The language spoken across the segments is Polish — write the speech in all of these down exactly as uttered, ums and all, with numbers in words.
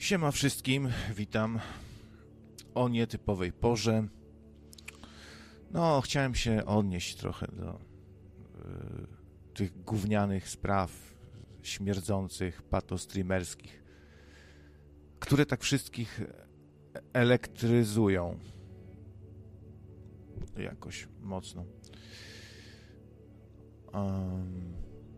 Siema wszystkim, witam o nietypowej porze. No, chciałem się odnieść trochę do y, tych gównianych spraw śmierdzących, patostreamerskich, które tak wszystkich elektryzują jakoś mocno. Um,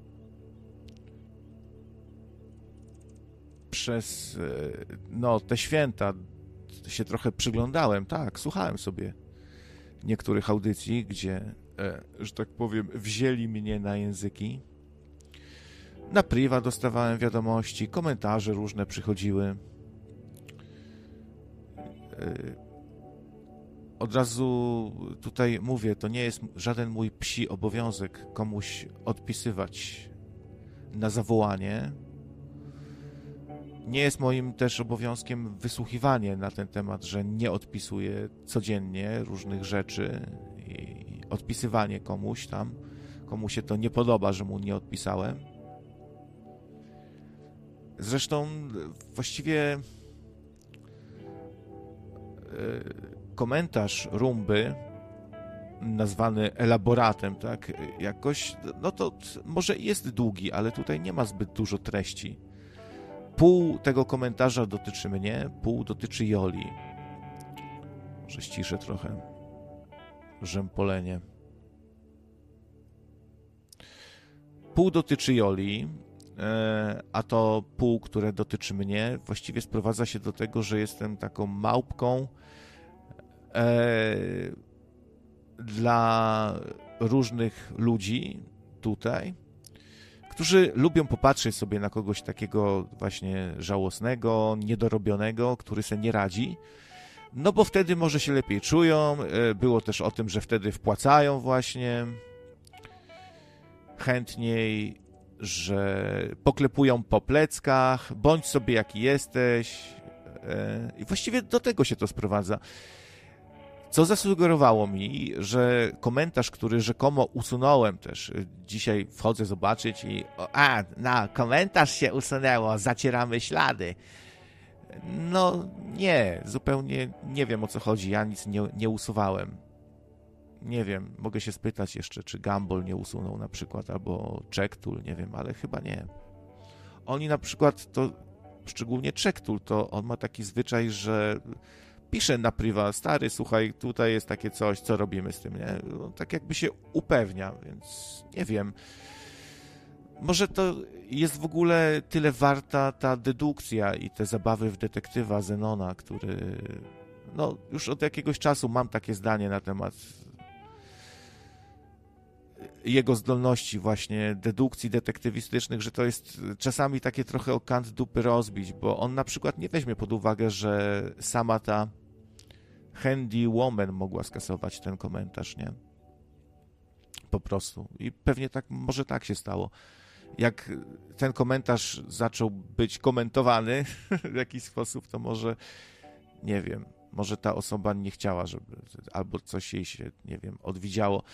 przez no, te święta się trochę przyglądałem, tak, słuchałem sobie niektórych audycji, gdzie, że tak powiem, wzięli mnie na języki. Na priwa dostawałem wiadomości, komentarze różne przychodziły. Od razu tutaj mówię, to nie jest żaden mój psi obowiązek komuś odpisywać na zawołanie. Nie jest moim też obowiązkiem wysłuchiwanie na ten temat, że nie odpisuję codziennie różnych rzeczy i odpisywanie komuś tam, komu się to nie podoba, że mu nie odpisałem. Zresztą właściwie komentarz Rumby nazwany elaboratem, tak, jakoś, no to może jest długi, ale tutaj nie ma zbyt dużo treści. Pół tego komentarza dotyczy mnie, pół dotyczy Joli. Może ściszę trochę rzępolenie. Pół dotyczy Joli, a to pół, które dotyczy mnie, właściwie sprowadza się do tego, że jestem taką małpką dla różnych ludzi tutaj, którzy lubią popatrzeć sobie na kogoś takiego właśnie żałosnego, niedorobionego, który se nie radzi, no bo wtedy może się lepiej czują. Było też o tym, że wtedy wpłacają właśnie chętniej, że poklepują po pleckach, bądź sobie jaki jesteś. I właściwie do tego się to sprowadza. Co zasugerowało mi, że komentarz, który rzekomo usunąłem też, dzisiaj wchodzę zobaczyć i a, no, komentarz się usunęło, zacieramy ślady. No nie, zupełnie nie wiem, o co chodzi, ja nic nie, nie usuwałem. Nie wiem, mogę się spytać jeszcze, czy Gumball nie usunął na przykład, albo Checktool, nie wiem, ale chyba nie. Oni na przykład, to szczególnie Checktool, to on ma taki zwyczaj, że pisze na priwa, stary, słuchaj, tutaj jest takie coś, co robimy z tym, nie? Tak jakby się upewnia, więc nie wiem. Może to jest w ogóle tyle warta ta dedukcja i te zabawy w detektywa Zenona, który, no, już od jakiegoś czasu mam takie zdanie na temat jego zdolności właśnie dedukcji detektywistycznych, że to jest czasami takie trochę o kant dupy rozbić, bo on na przykład nie weźmie pod uwagę, że sama ta Handy Woman mogła skasować ten komentarz, nie? Po prostu. I pewnie tak, może tak się stało. Jak ten komentarz zaczął być komentowany w jakiś sposób, to może, nie wiem, może ta osoba nie chciała, żeby, albo coś jej się, nie wiem, odwidziało.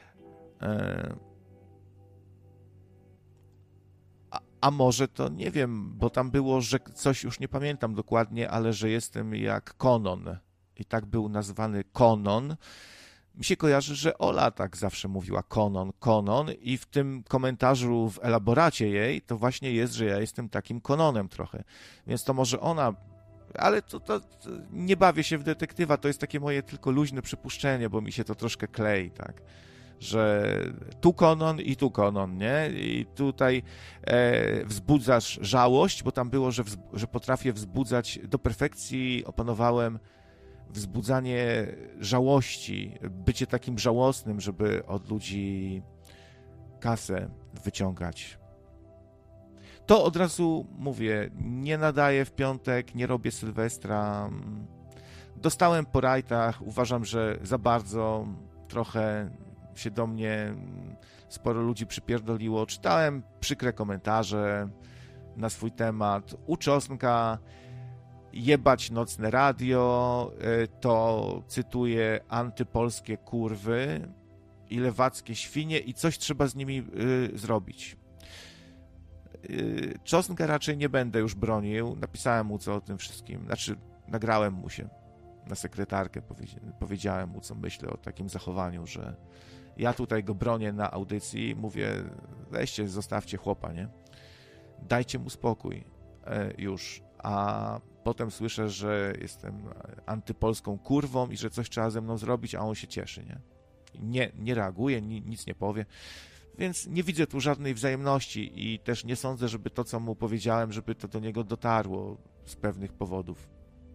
A, a może to, nie wiem, bo tam było, że coś, już nie pamiętam dokładnie, ale że jestem jak Conan. I tak był nazwany Conan. Mi się kojarzy, że Ola tak zawsze mówiła Conan, Conan i w tym komentarzu w elaboracie jej to właśnie jest, że ja jestem takim Conanem trochę. Więc to może ona, ale to, to, to nie bawię się w detektywa, to jest takie moje tylko luźne przypuszczenie, bo mi się to troszkę klei, tak? Że tu Conan i tu Conan, nie? I tutaj e, wzbudzasz żałość, bo tam było, że, wzb- że potrafię wzbudzać, do perfekcji opanowałem wzbudzanie żałości, bycie takim żałosnym, żeby od ludzi kasę wyciągać. To od razu mówię, nie nadaję w piątek, nie robię Sylwestra. Dostałem po rajtach, uważam, że za bardzo trochę się do mnie sporo ludzi przypierdoliło. Czytałem przykre komentarze na swój temat. U Czosnka jebać nocne radio, to cytuję antypolskie kurwy i lewackie świnie i coś trzeba z nimi y, zrobić. Yy, Czosnka raczej nie będę już bronił. Napisałem mu co o tym wszystkim. Znaczy, nagrałem mu się na sekretarkę. Powiedziałem mu, co myślę o takim zachowaniu, że ja tutaj go bronię na audycji. Mówię, weźcie, zostawcie chłopa, nie? Dajcie mu spokój yy, już. A potem słyszę, że jestem antypolską kurwą i że coś trzeba ze mną zrobić, a on się cieszy, nie? Nie, nie reaguje, ni, nic nie powie. Więc nie widzę tu żadnej wzajemności i też nie sądzę, żeby to, co mu powiedziałem, żeby to do niego dotarło z pewnych powodów.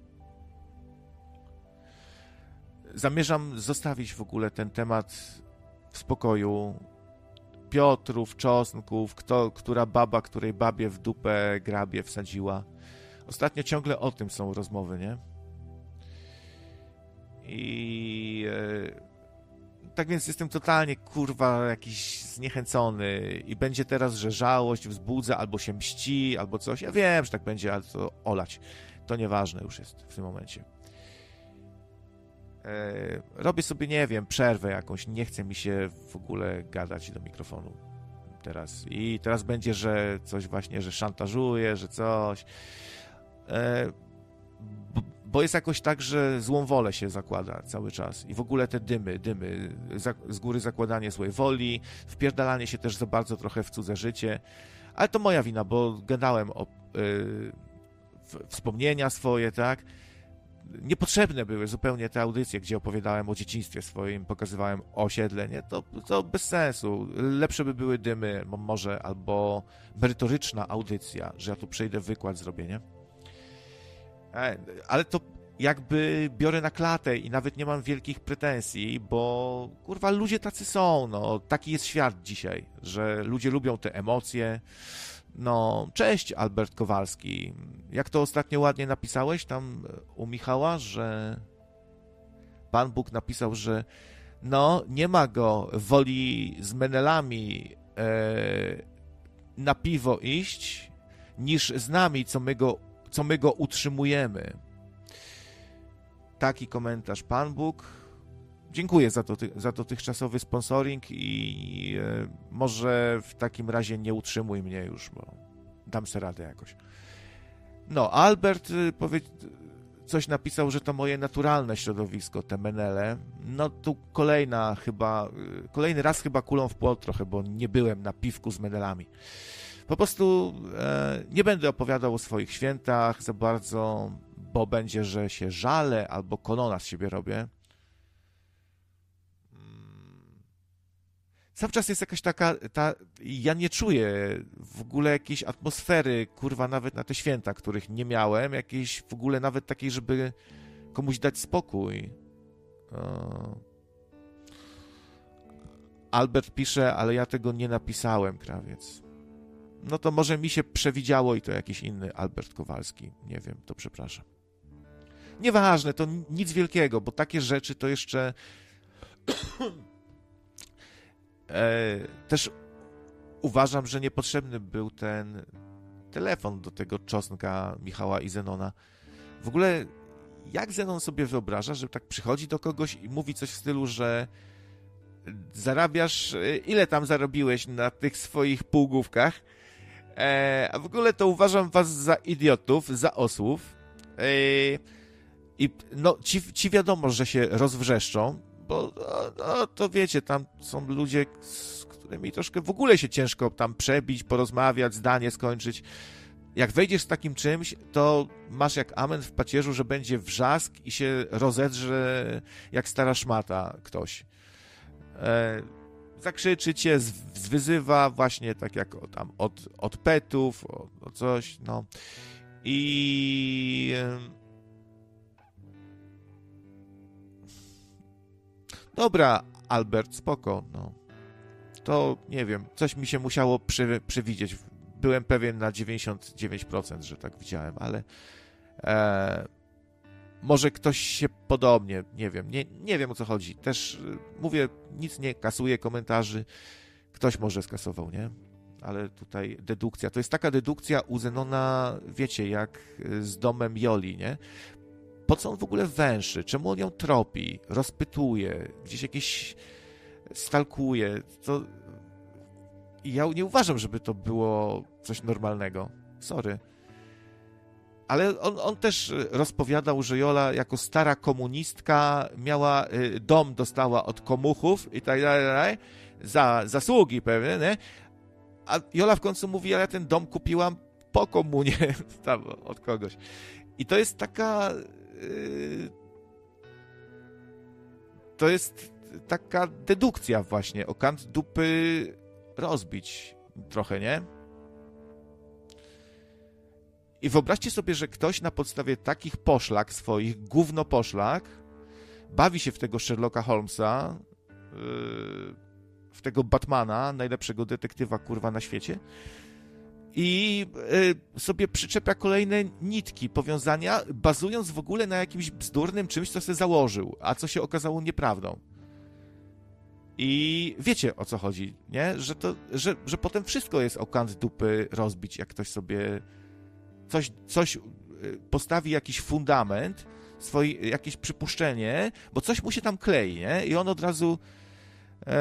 Zamierzam zostawić w ogóle ten temat w spokoju. Piotrów, czosnków, kto, która baba, której babie w dupę grabie wsadziła. Ostatnio ciągle o tym są rozmowy, nie? I e, tak więc jestem totalnie, kurwa, jakiś zniechęcony i będzie teraz, że żałość wzbudza, albo się mści, albo coś. Ja wiem, że tak będzie, ale to olać. To nieważne już jest w tym momencie. E, robię sobie, nie wiem, przerwę jakąś. Nie chce mi się w ogóle gadać do mikrofonu teraz. I teraz będzie, że coś właśnie, że szantażuję, że coś... Bo jest jakoś tak, że złą wolę się zakłada cały czas i w ogóle te dymy, dymy, z góry zakładanie złej woli, wpierdalanie się też za bardzo trochę w cudze życie, ale to moja wina, bo gadałem o yy, wspomnienia swoje, tak? Niepotrzebne były zupełnie te audycje, gdzie opowiadałem o dzieciństwie swoim, pokazywałem osiedle, nie? To, to bez sensu. Lepsze by były dymy, może, albo merytoryczna audycja, że ja tu przyjdę, wykład zrobię, nie? Ale to jakby biorę na klatę i nawet nie mam wielkich pretensji, bo kurwa ludzie tacy są, no taki jest świat dzisiaj, że ludzie lubią te emocje. No, cześć Albert Kowalski. Jak to ostatnio ładnie napisałeś tam u Michała, że Pan Bóg napisał, że no nie ma go, woli z menelami e, na piwo iść, niż z nami, co my go co my go utrzymujemy. Taki komentarz Pan Bóg. Dziękuję za, to, za dotychczasowy sponsoring i e, może w takim razie nie utrzymuj mnie już, bo dam sobie radę jakoś. No, Albert powie, coś napisał, że to moje naturalne środowisko, te menele. No tu kolejna chyba, kolejny raz chyba kulą w płot trochę, bo nie byłem na piwku z menelami. Po prostu e, nie będę opowiadał o swoich świętach za bardzo, bo będzie, że się żalę albo konona z siebie robię. Cały czas jest jakaś taka, ta, ja nie czuję w ogóle jakiejś atmosfery, kurwa, nawet na te święta, których nie miałem, jakiejś w ogóle nawet takiej, żeby komuś dać spokój. E... Albert pisze, ale ja tego nie napisałem, krawiec. No to może mi się przewidziało i to jakiś inny Albert Kowalski. Nie wiem, to przepraszam. Nieważne, to nic wielkiego, bo takie rzeczy to jeszcze... e, też uważam, że niepotrzebny był ten telefon do tego czosnka Michała i Zenona. W ogóle jak Zenon sobie wyobraża, że tak przychodzi do kogoś i mówi coś w stylu, że zarabiasz, ile tam zarobiłeś na tych swoich półgłówkach? E, a w ogóle to uważam was za idiotów, za osłów. E, I no, ci, ci wiadomo, że się rozwrzeszczą, bo no, no, to wiecie, tam są ludzie, z którymi troszkę w ogóle się ciężko tam przebić, porozmawiać, zdanie skończyć. Jak wejdziesz z takim czymś, to masz jak amen w pacierzu, że będzie wrzask i się rozedrze jak stara szmata ktoś. E, zakrzyczy cię, zwyzywa właśnie tak jak o, tam od, od petów, o, o coś, no. I... Dobra, Albert, spoko, no. To, nie wiem, coś mi się musiało przy, przewidzieć. Byłem pewien na dziewięćdziesiąt dziewięć procent, że tak widziałem, ale e, może ktoś się podobnie, nie wiem, nie, nie wiem o co chodzi. Też mówię, nic nie kasuję komentarzy. Ktoś może skasował, nie? Ale tutaj dedukcja. To jest taka dedukcja u Zenona, wiecie, jak z domem Joli, nie? Po co on w ogóle węszy? Czemu on ją tropi? Rozpytuje? Gdzieś jakieś stalkuje? To... I ja nie uważam, żeby to było coś normalnego. Sorry. Ale on, on też rozpowiadał, że Jola jako stara komunistka miała, dom dostała od komuchów i tak dalej, za zasługi pewnie, nie? A Jola w końcu mówi, ale ja ten dom kupiłam po komunie tam od kogoś. I to jest taka... Yy, to jest taka dedukcja właśnie, o kant dupy rozbić trochę, nie? I wyobraźcie sobie, że ktoś na podstawie takich poszlak swoich, gówno poszlak, bawi się w tego Sherlocka Holmesa, yy, w tego Batmana, najlepszego detektywa, kurwa, na świecie, i y, sobie przyczepia kolejne nitki, powiązania, bazując w ogóle na jakimś bzdurnym czymś, co sobie założył, a co się okazało nieprawdą. I wiecie, o co chodzi, nie? Że, to, że, że potem wszystko jest o kant dupy rozbić, jak ktoś sobie coś, coś postawi, jakiś fundament, swoje, jakieś przypuszczenie, bo coś mu się tam klei, nie? I on od razu... Yy...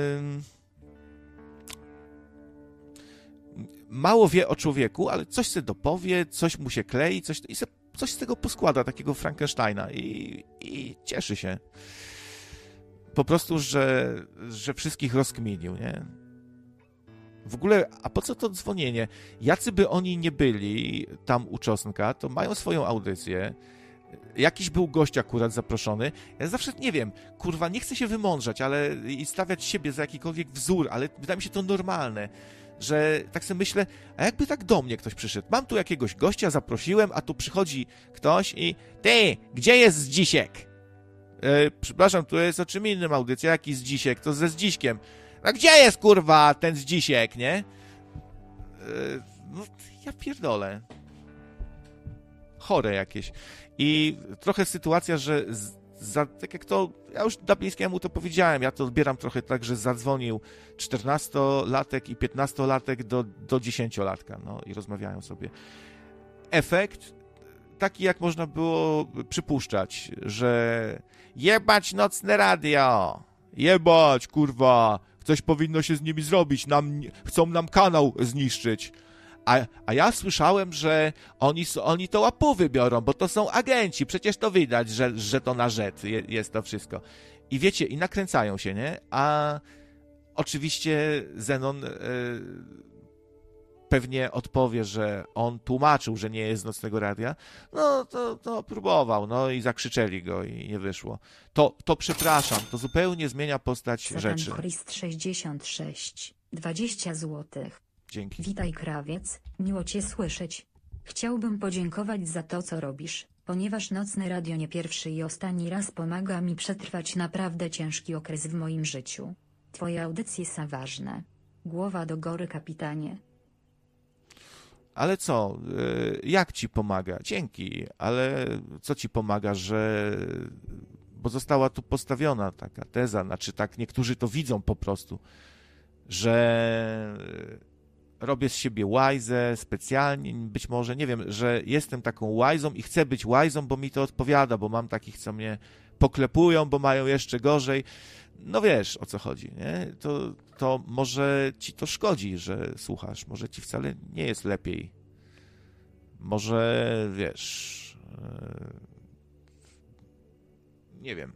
mało wie o człowieku, ale coś se dopowie, coś mu się klei, coś, i se, coś z tego poskłada, takiego Frankensteina i, i cieszy się. Po prostu, że, że wszystkich rozkminił, nie? W ogóle, a po co to dzwonienie? Jacy by oni nie byli tam u Czosnka, to mają swoją audycję. Jakiś był gość akurat zaproszony. Ja zawsze nie wiem, kurwa, nie chcę się wymądrzać, ale i stawiać siebie za jakikolwiek wzór, ale wydaje mi się to normalne, że tak sobie myślę, a jakby tak do mnie ktoś przyszedł? Mam tu jakiegoś gościa, zaprosiłem, a tu przychodzi ktoś i ty, gdzie jest Zdzisiek? E, przepraszam, tu jest o czym innym audycja, jaki Zdzisiek? To ze Zdziśkiem. A gdzie jest, kurwa, ten Zdzisiek, nie? E, no, ja pierdolę. Chore jakieś. I trochę sytuacja, że z, za, tak jak to, ja już Dablińskiemu to powiedziałem, ja to odbieram trochę tak, że zadzwonił czternastolatek i piętnastolatek do, do dziesięciolatka, no i rozmawiają sobie. Efekt taki, jak można było przypuszczać, że jebać nocne radio, jebać, kurwa, coś powinno się z nimi zrobić, nam, chcą nam kanał zniszczyć. A, a ja słyszałem, że oni, oni to łapówy biorą, bo to są agenci, przecież to widać, że, że to na rzecz je, jest to wszystko. I wiecie, i nakręcają się, nie? A oczywiście Zenon y, pewnie odpowie, że on tłumaczył, że nie jest z Nocnego Radia. No, to, to próbował, no i zakrzyczeli go i nie wyszło. To, to przepraszam, to zupełnie zmienia postać Satan rzeczy. Christ sześćdziesiąt sześć, dwadzieścia złotych. Dzięki. Witaj, krawiec, miło cię słyszeć. Chciałbym podziękować za to, co robisz, ponieważ Nocne Radio nie pierwszy i ostatni raz pomaga mi przetrwać naprawdę ciężki okres w moim życiu. Twoje audycje są ważne. Głowa do góry, kapitanie. Ale co? Jak ci pomaga? Dzięki, ale co ci pomaga, że... Bo została tu postawiona taka teza, znaczy tak niektórzy to widzą po prostu, że robię z siebie łajzę specjalnie, być może, nie wiem, że jestem taką łajzą i chcę być łajzą, bo mi to odpowiada, bo mam takich, co mnie poklepują, bo mają jeszcze gorzej. No wiesz, o co chodzi, nie? To, to może ci to szkodzi, że słuchasz, może ci wcale nie jest lepiej. Może, wiesz, nie wiem.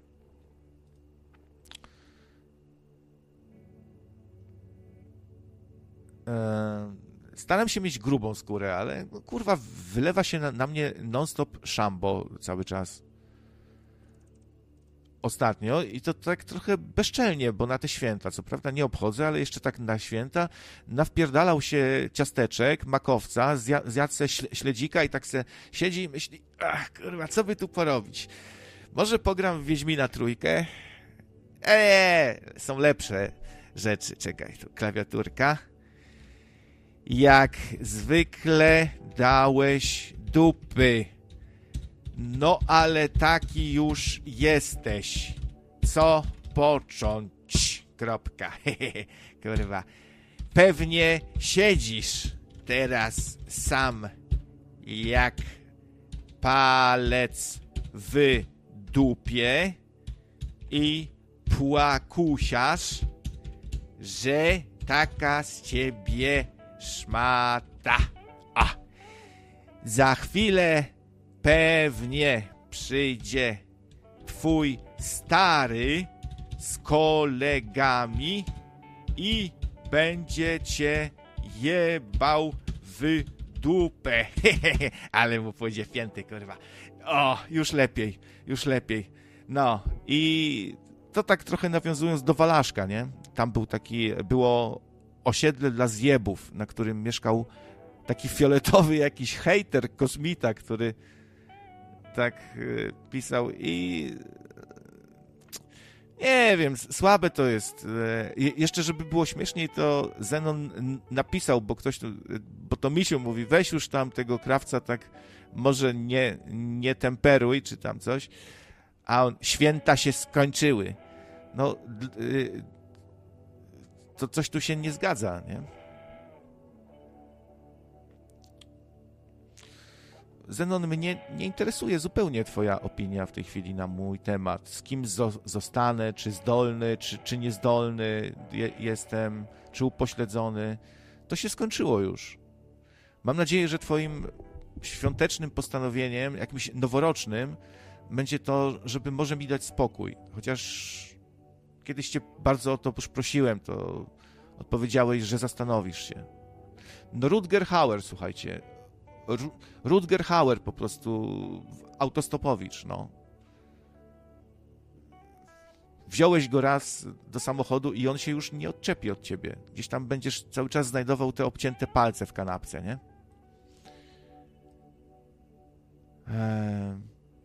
Staram się mieć grubą skórę, ale no, kurwa, wylewa się na, na mnie non-stop szambo cały czas. Ostatnio i to tak trochę bezczelnie, bo na te święta, co prawda nie obchodzę, ale jeszcze tak na święta nawpierdalał się ciasteczek, makowca, zja- zjadł se śledzika i tak se siedzi i myśli, ach kurwa, co by tu porobić? Może pogram w Wiedźmina trójkę? Eee, są lepsze rzeczy. Czekaj, tu klawiaturka. Jak zwykle dałeś dupy. No ale taki już jesteś. Co począć? Kropka. Kurwa. Pewnie siedzisz teraz sam jak palec w dupie i płakusiasz, że taka z ciebie szmata. A, za chwilę pewnie przyjdzie twój stary z kolegami i będzie cię jebał w dupę. Ale mu pójdzie pięty, kurwa. O, już lepiej, już lepiej. No i to tak trochę nawiązując do Walaszka, nie? Tam był taki, było osiedle dla zjebów, na którym mieszkał taki fioletowy jakiś hejter, kosmita, który tak y, pisał i nie wiem, słabe to jest. Je, jeszcze żeby było śmieszniej, to Zenon napisał, bo ktoś, to, bo to Misiu mówi, weź już tam tego krawca tak może nie, nie temperuj, czy tam coś, a on, święta się skończyły. No, y, to coś tu się nie zgadza, nie? Zenon, mnie nie interesuje zupełnie twoja opinia w tej chwili na mój temat. Z kim zo- zostanę, czy zdolny, czy, czy niezdolny je- jestem, czy upośledzony. To się skończyło już. Mam nadzieję, że twoim świątecznym postanowieniem, jakimś noworocznym, będzie to, żeby może mi dać spokój. Chociaż kiedyś cię bardzo o to już prosiłem, to odpowiedziałeś, że zastanowisz się. No Rutger Hauer, słuchajcie. Rutger Hauer po prostu, autostopowicz, no. Wziąłeś go raz do samochodu i on się już nie odczepi od ciebie. Gdzieś tam będziesz cały czas znajdował te obcięte palce w kanapce, nie? Eee...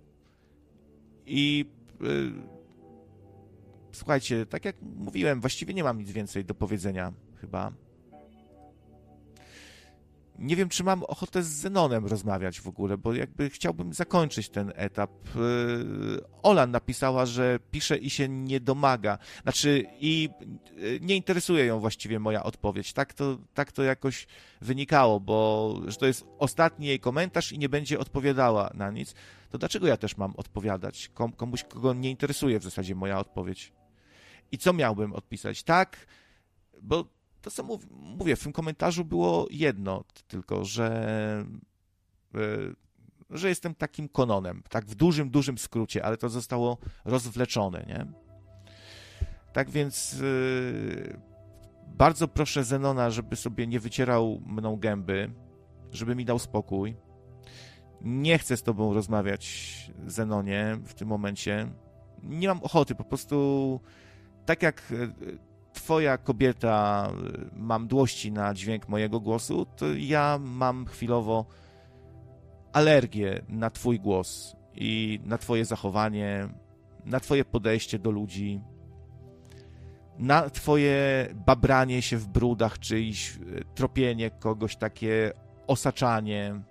I yy... słuchajcie, tak jak mówiłem, właściwie nie mam nic więcej do powiedzenia chyba. Nie wiem, czy mam ochotę z Zenonem rozmawiać w ogóle, bo jakby chciałbym zakończyć ten etap. Ola napisała, że pisze i się nie domaga. Znaczy, i nie interesuje ją właściwie moja odpowiedź. Tak to, tak to jakoś wynikało, bo że to jest ostatni jej komentarz i nie będzie odpowiadała na nic. To dlaczego ja też mam odpowiadać Kom, komuś, kogo nie interesuje w zasadzie moja odpowiedź? I co miałbym odpisać? Tak, bo to, co mów, mówię, w tym komentarzu było jedno tylko, że, że jestem takim kononem, tak w dużym, dużym skrócie, ale to zostało rozwleczone, nie? Tak więc yy, bardzo proszę Zenona, żeby sobie nie wycierał mną gęby, żeby mi dał spokój. Nie chcę z tobą rozmawiać, Zenonie, w tym momencie. Nie mam ochoty, po prostu tak jak twoja kobieta ma mdłości na dźwięk mojego głosu, to ja mam chwilowo alergię na twój głos i na twoje zachowanie, na twoje podejście do ludzi, na twoje babranie się w brudach czyjś, tropienie kogoś, takie osaczanie.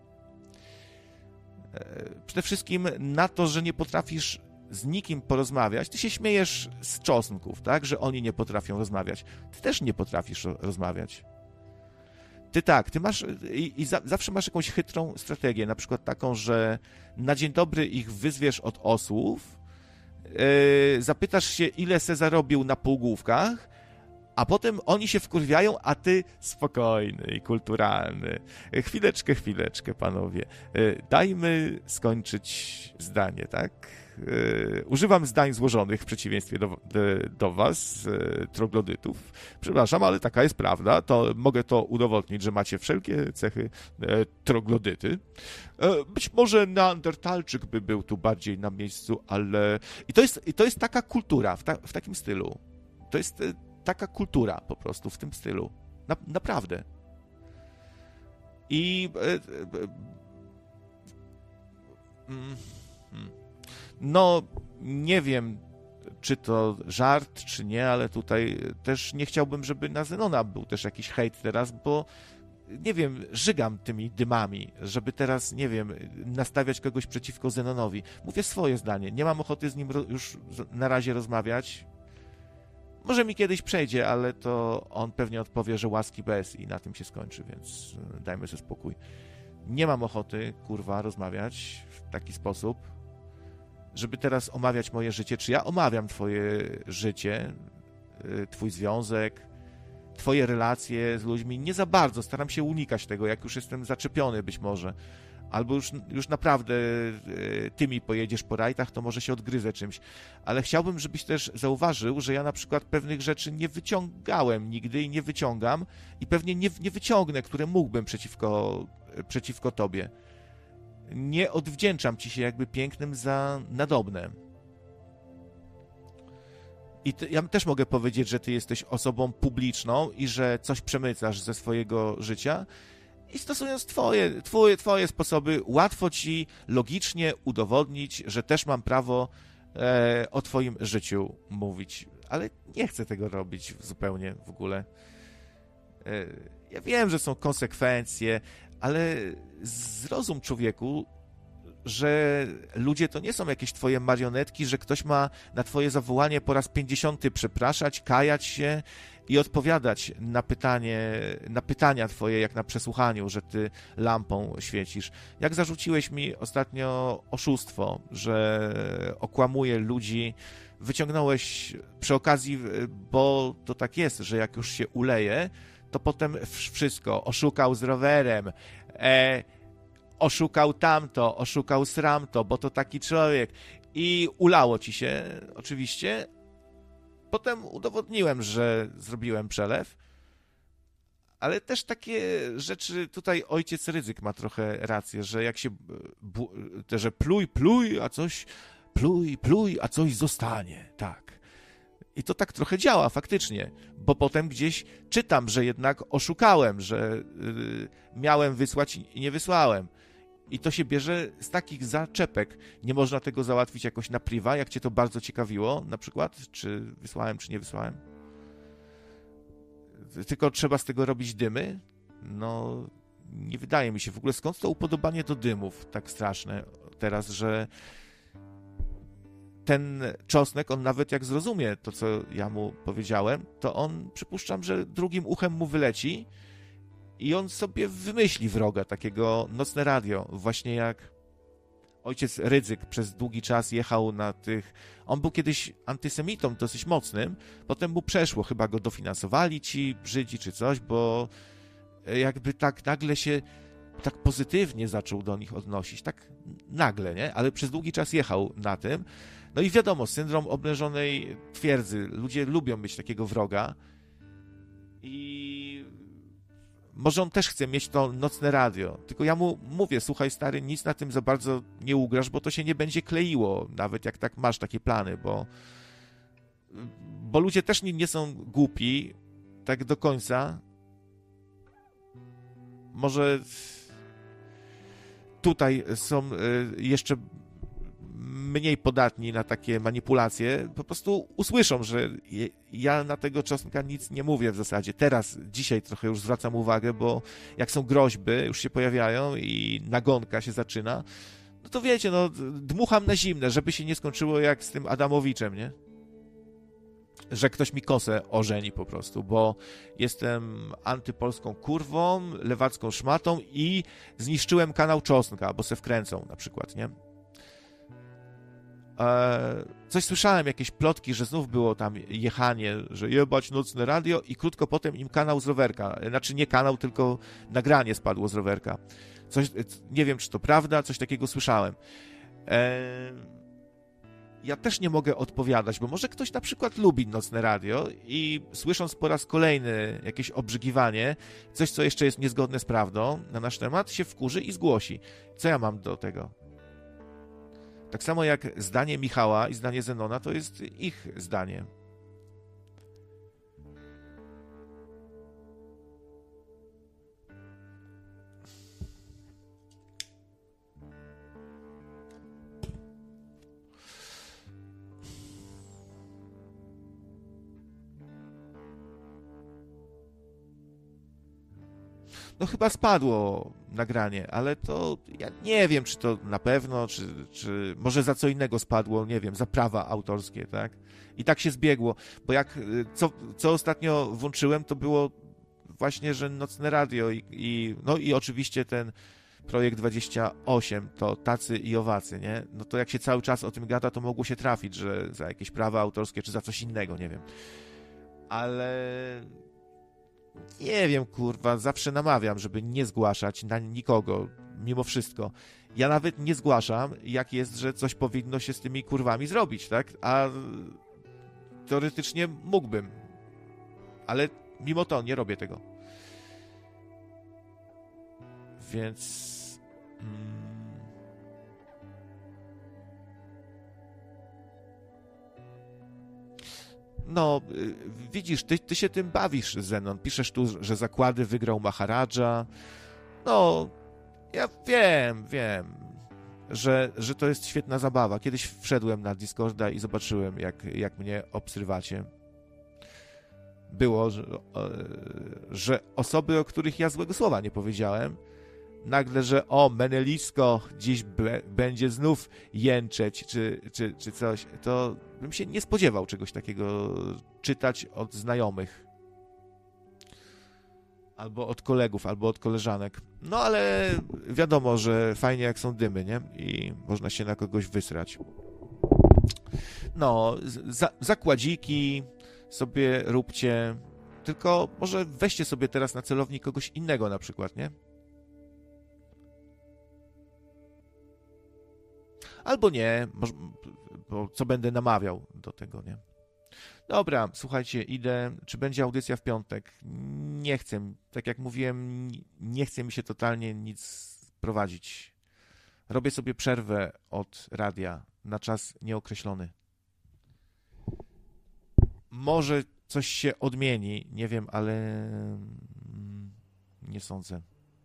Przede wszystkim na to, że nie potrafisz z nikim porozmawiać. Ty się śmiejesz z czosnków, tak? Że oni nie potrafią rozmawiać. Ty też nie potrafisz rozmawiać. Ty tak, ty masz i, i za, zawsze masz jakąś chytrą strategię, na przykład taką, że na dzień dobry ich wyzwiesz od osłów, yy, zapytasz się, ile se zarobił na półgłówkach, a potem oni się wkurwiają, a ty spokojny i kulturalny. Chwileczkę, chwileczkę, panowie. Yy, dajmy skończyć zdanie, tak? Yy, używam zdań złożonych w przeciwieństwie do, do, do was, yy, troglodytów. Przepraszam, ale taka jest prawda. To mogę to udowodnić, że macie wszelkie cechy yy, troglodyty. Yy, być może neandertalczyk by był tu bardziej na miejscu, ale... I to jest, i to jest taka kultura w, ta, w takim stylu. To jest yy, taka kultura po prostu w tym stylu. Na, naprawdę. I... Yy, yy, yy, yy. No, nie wiem, czy to żart, czy nie, ale tutaj też nie chciałbym, żeby na Zenona był też jakiś hejt teraz, bo nie wiem, żygam tymi dymami, żeby teraz, nie wiem, nastawiać kogoś przeciwko Zenonowi. Mówię swoje zdanie, nie mam ochoty z nim już na razie rozmawiać. Może mi kiedyś przejdzie, ale to on pewnie odpowie, że łaski bez i na tym się skończy, więc dajmy sobie spokój. Nie mam ochoty, kurwa, rozmawiać w taki sposób, żeby teraz omawiać moje życie, czy ja omawiam twoje życie, twój związek, twoje relacje z ludźmi, nie za bardzo, staram się unikać tego, jak już jestem zaczepiony być może, albo już, już naprawdę ty mi pojedziesz po rajtach, to może się odgryzę czymś, ale chciałbym, żebyś też zauważył, że ja na przykład pewnych rzeczy nie wyciągałem nigdy i nie wyciągam i pewnie nie, nie wyciągnę, które mógłbym przeciwko, przeciwko tobie. Nie odwdzięczam ci się jakby pięknym za nadobne. I ty, ja też mogę powiedzieć, że ty jesteś osobą publiczną i że coś przemycasz ze swojego życia i stosując twoje, twoje, twoje sposoby, łatwo ci logicznie udowodnić, że też mam prawo e, o twoim życiu mówić. Ale nie chcę tego robić zupełnie w ogóle. E, ja wiem, że są konsekwencje, ale zrozum, człowieku, że ludzie to nie są jakieś twoje marionetki, że ktoś ma na twoje zawołanie po raz pięćdziesiąty przepraszać, kajać się i odpowiadać na pytanie, na pytania twoje, jak na przesłuchaniu, że ty lampą świecisz. Jak zarzuciłeś mi ostatnio oszustwo, że okłamuję ludzi, wyciągnąłeś przy okazji, bo to tak jest, że jak już się uleje, to potem wszystko, oszukał z rowerem, e, oszukał tamto, oszukał sramto, bo to taki człowiek. I ulało ci się, oczywiście. Potem udowodniłem, że zrobiłem przelew, ale też takie rzeczy, tutaj ojciec Rydzyk ma trochę rację, że jak się, że pluj, pluj, a coś, pluj, pluj, a coś zostanie, tak. I to tak trochę działa faktycznie, bo potem gdzieś czytam, że jednak oszukałem, że yy, miałem wysłać i nie wysłałem. I to się bierze z takich zaczepek. Nie można tego załatwić jakoś na priwa, jak cię to bardzo ciekawiło, na przykład, czy wysłałem, czy nie wysłałem. Tylko trzeba z tego robić dymy? No, nie wydaje mi się. W ogóle skąd to upodobanie do dymów tak straszne teraz, że ten czosnek, on nawet jak zrozumie to, co ja mu powiedziałem, to on, przypuszczam, że drugim uchem mu wyleci i on sobie wymyśli wroga, takiego nocne radio, właśnie jak ojciec Rydzyk przez długi czas jechał na tych... On był kiedyś antysemitą dosyć mocnym, potem mu przeszło, chyba go dofinansowali ci Żydzi czy coś, bo jakby tak nagle się tak pozytywnie zaczął do nich odnosić, tak nagle, nie? Ale przez długi czas jechał na tym. No i wiadomo, syndrom oblężonej twierdzy. Ludzie lubią mieć takiego wroga i może on też chce mieć to nocne radio. Tylko ja mu mówię, słuchaj stary, nic na tym za bardzo nie ugrasz, bo to się nie będzie kleiło, nawet jak tak masz takie plany, bo bo ludzie też nie, nie są głupi tak do końca. Może tutaj są jeszcze mniej podatni na takie manipulacje, po prostu usłyszą, że ja na tego czosnka nic nie mówię w zasadzie. Teraz, dzisiaj trochę już zwracam uwagę, bo jak są groźby, już się pojawiają i nagonka się zaczyna, no to wiecie, no dmucham na zimne, żeby się nie skończyło jak z tym Adamowiczem, nie? Że ktoś mi kosę ożeni po prostu, bo jestem antypolską kurwą, lewacką szmatą i zniszczyłem kanał Czosnka, bo se wkręcą na przykład, nie? Coś słyszałem, jakieś plotki, że znów było tam jechanie, że jebać nocne radio i krótko potem im kanał z rowerka, znaczy nie kanał, tylko nagranie spadło z rowerka. Coś, nie wiem, czy to prawda, coś takiego słyszałem. Ja też nie mogę odpowiadać, bo może ktoś na przykład lubi nocne radio i słysząc po raz kolejny jakieś obrzygiwanie, coś, co jeszcze jest niezgodne z prawdą na nasz temat, się wkurzy i zgłosi. Co ja mam do tego? Tak samo jak zdanie Michała i zdanie Zenona, to jest ich zdanie. No chyba spadło nagranie, ale to ja nie wiem, czy to na pewno, czy, czy może za co innego spadło, nie wiem, za prawa autorskie, tak? I tak się zbiegło, bo jak, co, co ostatnio włączyłem, to było właśnie, że nocne radio i, i no i oczywiście ten projekt dwadzieścia osiem, to tacy i owacy, nie? No to jak się cały czas o tym gada, to mogło się trafić, że za jakieś prawa autorskie, czy za coś innego, nie wiem. Ale... nie wiem, kurwa, zawsze namawiam, żeby nie zgłaszać na nikogo, mimo wszystko. Ja nawet nie zgłaszam, jak jest, że coś powinno się z tymi kurwami zrobić, tak? A teoretycznie mógłbym, ale mimo to nie robię tego. Więc... Mm, no, widzisz, ty, ty się tym bawisz, Zenon. Piszesz tu, że zakłady wygrał Maharadża. No, ja wiem, wiem, że, że to jest świetna zabawa. Kiedyś wszedłem na Discorda i zobaczyłem, jak, jak mnie obsrywacie. Było, że, że osoby, o których ja złego słowa nie powiedziałem, nagle, że o, Menelisko dziś be, będzie znów jęczeć, czy, czy, czy coś, to bym się nie spodziewał czegoś takiego czytać od znajomych. Albo od kolegów, albo od koleżanek. No ale wiadomo, że fajnie jak są dymy, nie? I można się na kogoś wysrać. No, za, zakładziki sobie róbcie, tylko może weźcie sobie teraz na celownik kogoś innego na przykład, nie? Albo nie, bo co będę namawiał do tego, nie? Dobra, słuchajcie, idę. Czy będzie audycja w piątek? Nie chcę. Tak jak mówiłem, nie chce mi się totalnie nic prowadzić. Robię sobie przerwę od radia na czas nieokreślony. Może coś się odmieni, nie wiem, ale nie sądzę.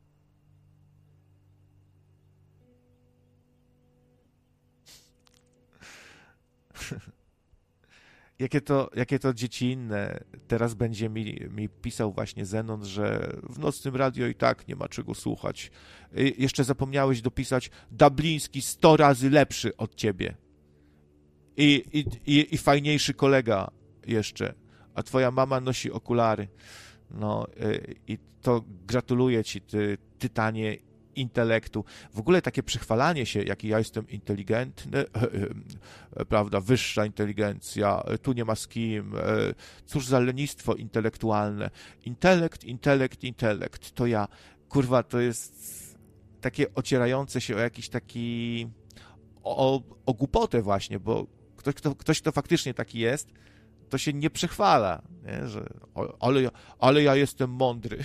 Jakie to, jakie to dziecinne. Teraz będzie mi, mi pisał właśnie Zenon, że w nocnym radio i tak nie ma czego słuchać. I jeszcze zapomniałeś dopisać Dubliński sto razy lepszy od ciebie. I, i, i, i fajniejszy kolega jeszcze. A twoja mama nosi okulary. No i to gratuluję ci, ty tytanie intelektu. W ogóle takie przychwalanie się, jaki ja jestem inteligentny, prawda, wyższa inteligencja, tu nie ma z kim, cóż za lenistwo intelektualne. Intelekt, intelekt, intelekt, to ja. Kurwa, to jest takie ocierające się o jakiś taki o, o głupotę właśnie, bo ktoś kto, ktoś, kto faktycznie taki jest, to się nie przechwala, nie? Że ale ja, ale ja jestem mądry.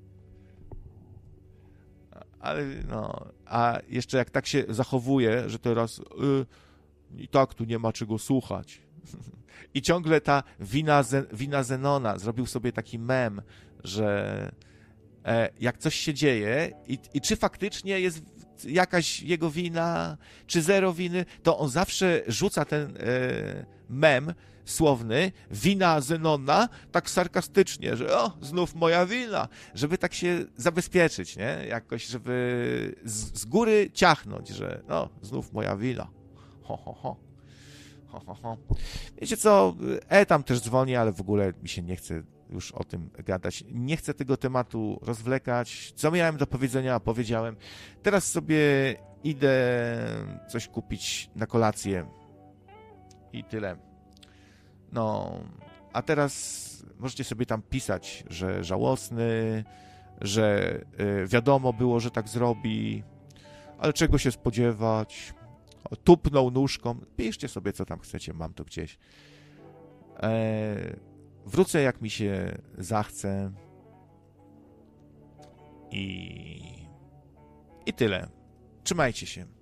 Ale no, a jeszcze jak tak się zachowuje, że teraz y, i tak tu nie ma czego słuchać. I ciągle ta wina, Zen, wina Zenona, zrobił sobie taki mem, że e, jak coś się dzieje i, i czy faktycznie jest jakaś jego wina, czy zero winy, to on zawsze rzuca ten e, mem słowny, wina Zenona, tak sarkastycznie, że o, znów moja wina, żeby tak się zabezpieczyć, nie? Jakoś, żeby z, z góry ciachnąć, że no, znów moja wina. Ho, ho, ho. Ho, ho, ho. Wiecie co, E tam też dzwoni, ale w ogóle mi się nie chce już o tym gadać. Nie chcę tego tematu rozwlekać. Co miałem do powiedzenia, powiedziałem. Teraz sobie idę coś kupić na kolację i tyle. No, a teraz możecie sobie tam pisać, że żałosny, że y, wiadomo było, że tak zrobi, ale czego się spodziewać. Tupnął nóżką. Piszcie sobie, co tam chcecie, mam to gdzieś. E, wrócę, jak mi się zachce. I, i tyle. Trzymajcie się.